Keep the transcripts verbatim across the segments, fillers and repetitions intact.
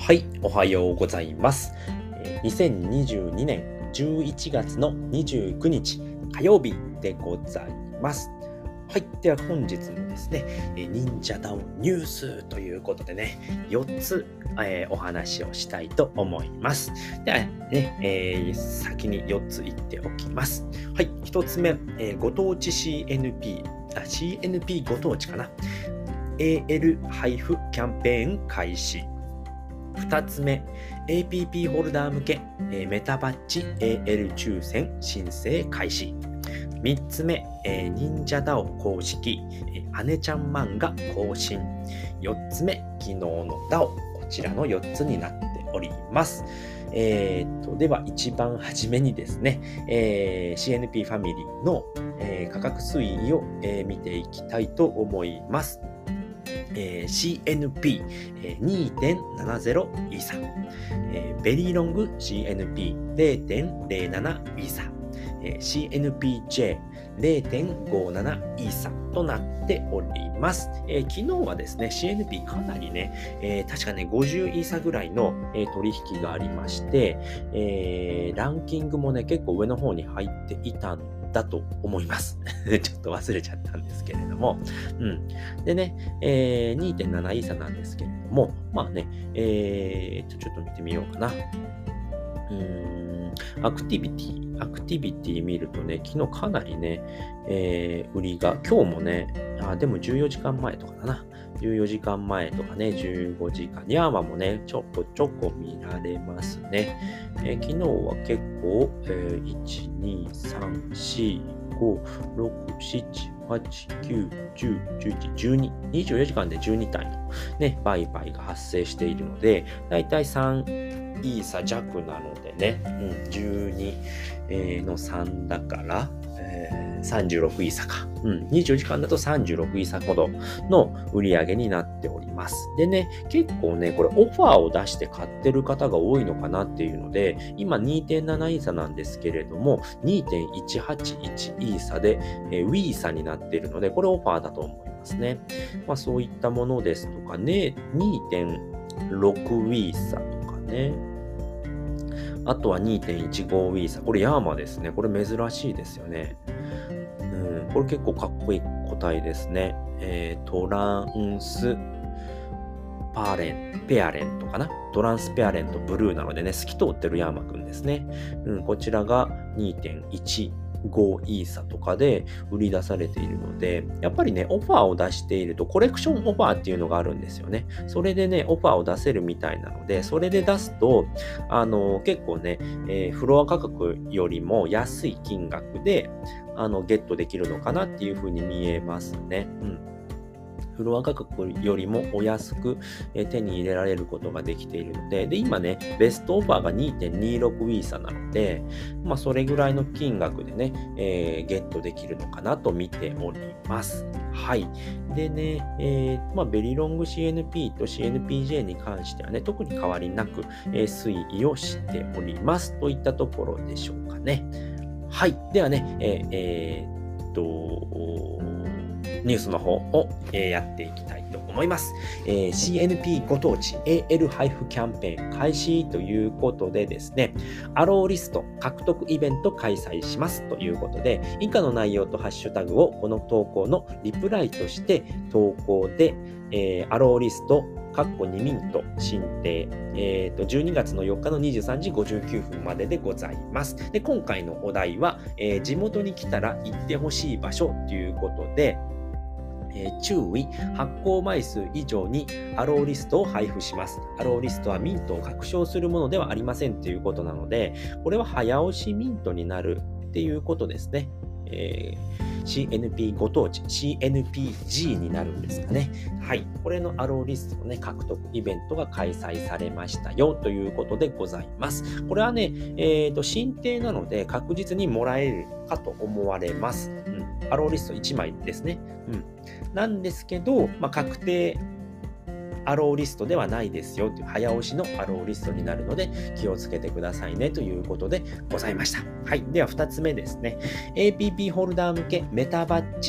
はい、おはようございます。にせんにじゅうにねんじゅういちがつのにじゅうくにち火曜日でございます。はい、では本日もですね、忍者ダウンニュースということでね、よっつ、えー、お話をしたいと思います。ではね、えー、先によっつ言っておきます。はい、ひとつめ、えー、ご当地 シーエヌピー、あ、シーエヌピー ご当地かな。エーエル 配布キャンペーン開始。ふたつめ、エーピーピー ホルダー向け、えー、メタバッジ エーエル 抽選申請開始。みっつめ、えー、忍者ダオ公式、えー、姉ちゃん漫画更新。よっつめ、昨日のダオ、こちらのよっつになっております。えー、とでは一番初めにですね、えー、シーエヌピー ファミリーの、えー、価格推移を、えー、見ていきたいと思います。えー、シーエヌピーにてんななゼロ イーサ、えー、ベリーロング シーエヌピーれいてんぜろなな イーサ、えー、シーエヌピージェーれいてんごなな イーサとなっております。えー、昨日はですね シーエヌピー かなりね、えー、確かねごじゅうイーサぐらいの、えー、取引がありまして、えー、ランキングもね結構上の方に入っていたんだと思います。ちょっと忘れちゃったんですけれども。うん。でね、えー、にてんなな イーサなんですけれども、まあね、えーと、ちょっと見てみようかな。うーん、アクティビティ、アクティビティ見るとね、昨日かなりね、えー、売りが、今日もね、あ、でもじゅうよじかんまえとかだな。じゅうよじかんまえとかね、じゅうごじかん。ヤーマもね、ちょこちょこ見られますね。えー、昨日は結構、えー、いち、に、さん、よん、ご、ろく、なな、はち、きゅう、じゅう、じゅういち、じゅうに、にじゅうよじかんでじゅうにたいのね、売買が発生しているので、だいたいさんイーサ弱なのでね、うん、じゅうに、えー、のさんだから、えー、さんじゅうろくイーサか。うん、にじゅうよじかんだとさんじゅうろくイーサほどの売り上げになっております。でね、結構ね、これオファーを出して買ってる方が多いのかなっていうので、今 にてんなな イーサなんですけれども、にてんいちはちいち イーサで、えー、ウィーサになっているので、これオファーだと思いますね。まあそういったものですとかね、にてんろく ウィーサとかね、あとは にてんいちご ウィーサ。これヤーマですね。これ珍しいですよね。うん、これ結構かっこいい個体ですね。えー、トランスパーレン、ペアレントかな。トランスペアレントブルーなのでね、透き通ってるヤーマくんですね。うん、こちらが にてんいちご イーサとかで売り出されているので、やっぱりね、オファーを出していると、コレクションオファーっていうのがあるんですよね。それでね、オファーを出せるみたいなので、それで出すと、あの、結構ね、えー、フロア価格よりも安い金額で、あの、ゲットできるのかなっていうふうに見えますね。うん。フロア価格よりもお安く手に入れられることができているので、で、今ね、ベストオファーが にてんにろく ウィーサなので、まあ、それぐらいの金額でね、えー、ゲットできるのかなと見ております。はい。でね、えー、まあ、ベリロング シーエヌピー と シーエヌピージェー に関してはね、特に変わりなく、えー、推移をしておりますといったところでしょうかね。はい。ではね、えー、えー、っと、ニュースの方を、えー、やっていきたいと思います。えー、シーエヌピー ご当地 エーエル 配布キャンペーン開始ということでですね、アローリスト獲得イベント開催しますということで、以下の内容とハッシュタグをこの投稿のリプライとして投稿で、えー、アローリストかっこにミント申請、えー、とじゅうにがつのよっかのにじゅうさんじごじゅうきゅうふんまででございます。で、今回のお題は、えー、地元に来たら行ってほしい場所ということで、えー、注意、発行枚数以上にアローリストを配布します。アローリストはミントを確証するものではありませんということなので、これは早押しミントになるっていうことですね。えー シーエヌピー ご当地 シーエヌピージー になるんですかね。はい。これのアローリストのね、獲得イベントが開催されましたよということでございます。これはね、えっと、申請なので確実にもらえるかと思われます。うん。アローリストいちまいですね。うん。なんですけど、まあ、確定アローリストではないですよという早押しのアローリストになるので気をつけてくださいねということでございました。はい。ではふたつめですね。エーピーピー ホルダー向けメタバッジ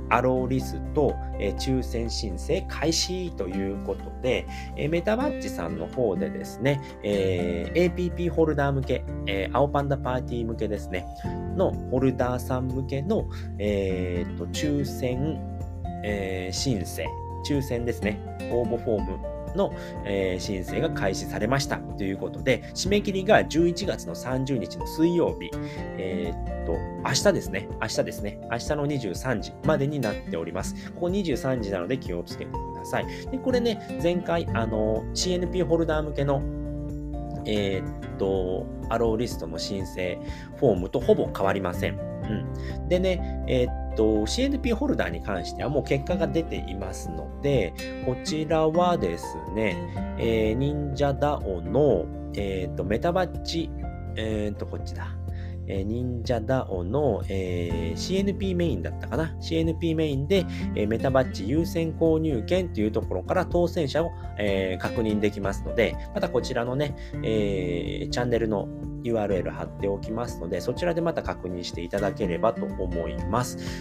アローリスト、えー、抽選申請開始ということで、えー、メタバッジさんの方でですね、えー、エーピーピー ホルダー向け、えー、青パンダパーティー向けですね、のホルダーさん向けの、えー、と抽選、えー、申請、抽選ですね、応募フォームの、えー、申請が開始されましたということで、締め切りがじゅういちがつのさんじゅうにちの水曜日、えー、っと、明日ですね、明日ですね、明日のにじゅうさんじまでになっております。ここにじゅうさんじなので気をつけてください。で、これね、前回、あの、シーエヌピー ホルダー向けのえー、っと、アローリストの申請フォームとほぼ変わりません。うん。でね、えー、っと、シーエヌピー ホルダーに関してはもう結果が出ていますので、こちらはですね、えー、忍者ダオの、えー、っと、メタバッジ、えー、っと、こっちだ。えー、忍者ダオの、えー、シーエヌピー メインだったかな シーエヌピー メインで、えー、メタバッジ優先購入券というところから当選者を、えー、確認できますので、またこちらのね、えー、チャンネルの ユーアールエル 貼っておきますので、そちらでまた確認していただければと思います。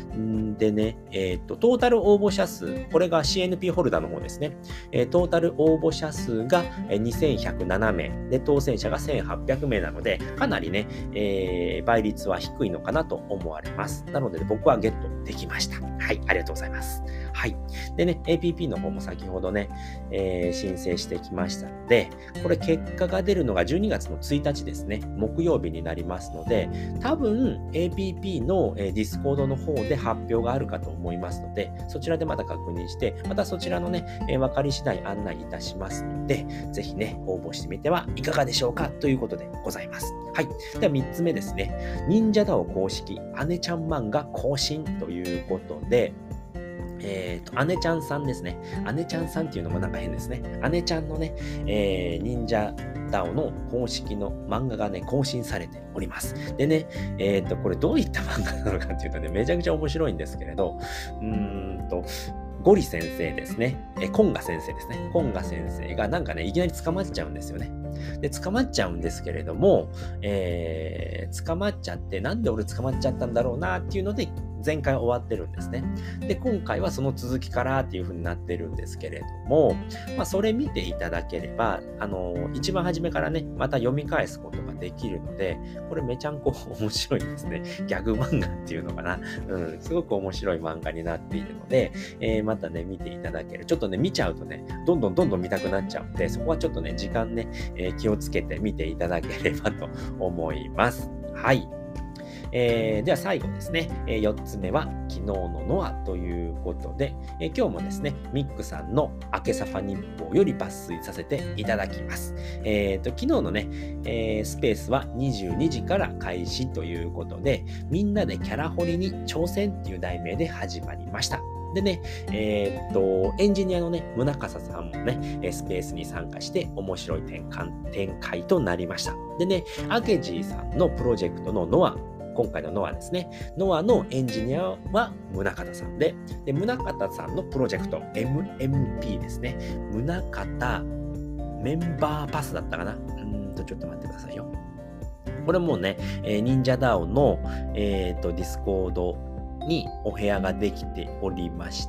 んでね、えー、っと、トータル応募者数、これが シーエヌピー ホルダーの方ですね。えー、トータル応募者数がにせんひゃくななめいで、当選者がせんはっぴゃくめいなので、かなりね、えー、倍率は低いのかなと思われます。なので、僕はゲットできました。はい、ありがとうございます。はい。でね、エーピーピー の方も先ほどね、えー、申請してきましたので、これ結果が出るのがじゅうにがつのついたちですね、木曜日になりますので、多分 エーピーピー の、えー、Discord の方で発表があるかと思いますので、そちらでまた確認して、またそちらのね、えー、分かり次第案内いたしますので、ぜひね、応募してみてはいかがでしょうかということでございます。はい。ではみっつめですね、忍者ダオ公式姉ちゃん漫画更新ということで、えっと、姉ちゃんさんですね。姉ちゃんさんっていうのもなんか変ですね。姉ちゃんのね、えー、忍者ダオの公式の漫画がね、更新されております。でね、えっと、これどういった漫画なのかっていうとね、めちゃくちゃ面白いんですけれど、うーんと、ゴリ先生ですね。え、コンガ先生ですね。コンガ先生がなんかね、いきなり捕まっちゃうんですよね。で、捕まっちゃうんですけれども、えー、捕まっちゃって、なんで俺捕まっちゃったんだろうなっていうので、前回終わってるんですね。で、今回はその続きからっていう風になってるんですけれども、まあ、それ見ていただければ、あの、一番初めからね、また読み返すことができるので、これめちゃんこ面白いですね。ギャグ漫画っていうのかな。うん、すごく面白い漫画になっているので、えー、またね、見ていただける。ちょっとね、見ちゃうとね、どんどんどんどん見たくなっちゃうんで、そこはちょっとね、時間ね、えー、気をつけて見ていただければと思います。はい。えー、では最後ですね、えー、よっつめは昨日のノアということで、えー、今日もですね、ミックさんの明けサファ日報より抜粋させていただきます。えーと、昨日のね、えー、スペースはにじゅうにじから開始ということで、みんなでキャラ掘りに挑戦っていう題名で始まりました。でね、えー、っと、エンジニアのね、宗笠さんもね、スペースに参加して面白い展開、展開となりました。でね、アケジーさんのプロジェクトのノア、今回のノアですね。ノアのエンジニアは宗像さんで、で、宗像さんのプロジェクト エムエムピー ですね。宗像メンバーパスだったかな。うーんと、ちょっと待ってくださいよ。これもうね、えー、忍者ダオの、えー、とディスコードにお部屋ができておりまして、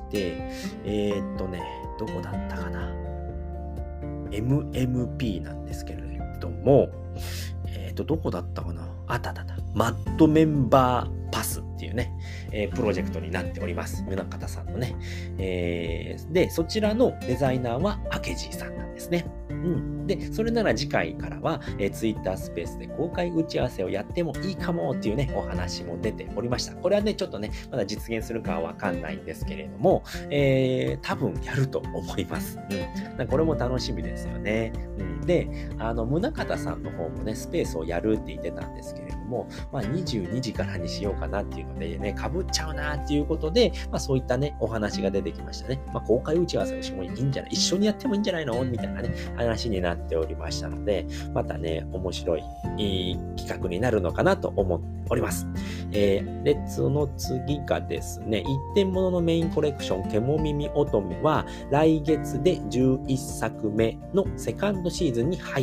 えー、っとね、どこだったかな。エムエムピー なんですけれども、えー、っと、どこだったかな。あったあったあった。マッドメンバーパスっていうね、えー、プロジェクトになっております。宗像さんのね、えー。で、そちらのデザイナーはアケジーさんなんですね。うん。で、それなら次回からは、えー、Twitter スペースで公開打ち合わせをやってもいいかもっていうね、お話も出ておりました。これはね、ちょっとね、まだ実現するかはわかんないんですけれども、えー、多分やると思います。うん。これも楽しみですよね。うん。で、あの、宗像さんの方もね、スペースをやるって言ってたんですけれども、まあ、にじゅうにじからにしようかなっていうのでね、被っちゃうなっていうことで、まあ、そういったね、お話が出てきましたね。まあ、公開打ち合わせをしてもいいんじゃない、一緒にやってもいいんじゃないのみたいなね、話になっておりましたので、またね、面白い、いい企画になるのかなと思っております。えー、で、その次がですね、一点物のメインコレクション、ケモ耳乙女は、来月でじゅういっさくめのセカンドシーズンに入ると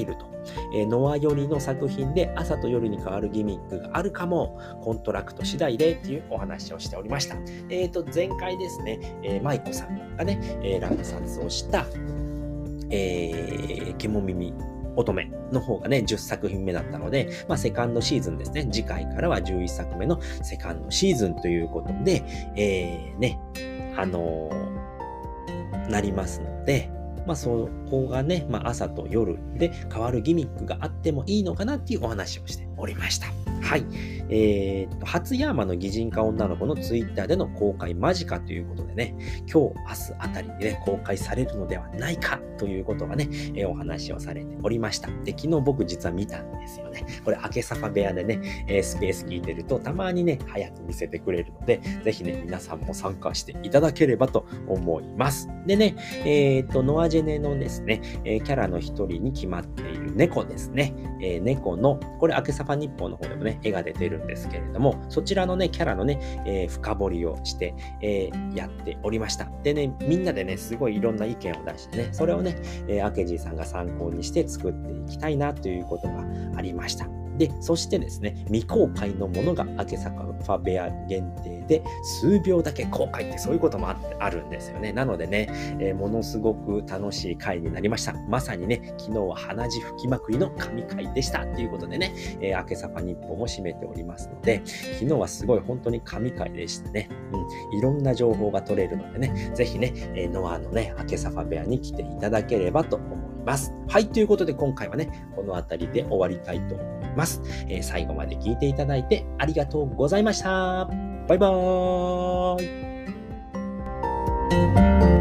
えー、ノア寄りの作品で朝と夜に変わるギミックがあるかも、コントラクト次第でっていうお話をしておりました。えっと、前回ですね、えー、舞子さんがね、えー、落札をした、えー、獣耳乙女の方がね、じゅっさく品目だったので、まあ、セカンドシーズンですね。次回からはじゅういっさくめのセカンドシーズンということで、えー、ね、あのー、なりますので、まあ、そこがね、まあ、朝と夜で変わるギミックがあってもいいのかなっていうお話をしておりました。はい。えー、っと、初ヤーマの擬人化女の子のツイッターでの公開間近ということでね、今日、明日あたりにね、公開されるのではないかということがね、えー、お話をされておりました。で、昨日僕実は見たんですよね。これ、明けサファ部屋でね、えー、スペース聞いてると、たまにね、早く見せてくれるので、ぜひね、皆さんも参加していただければと思います。でね、えー、っと、ノアジェネのですね、えー、キャラの一人に決まっている猫ですね。えー、猫の、これ、明けサファ日報の方でもね、絵が出てるんですけれども、そちらのね、キャラのね、えー、深掘りをして、えー、やっておりました。でね、みんなでね、すごいいろんな意見を出してね、それをね、えー、アケジーさんが参考にして作っていきたいなということがありました。で、そしてですね、未公開のものが明けサファ部屋限定で数秒だけ公開ってそういうことも あ, あるんですよね。なのでね、えー、ものすごく楽しい回になりました。まさにね、昨日は鼻血吹きまくりの神回でしたということでね、えー、明けサファ日報も締めておりますので、昨日はすごい本当に神回でしたね。うん、いろんな情報が取れるのでね、ぜひね、えー、ノアのね、明けサファ部屋に来ていただければと思います。はい、ということで今回はね、この辺りで終わりたいと思います。えー、最後まで聞いていただいてありがとうございました。バイバーイ。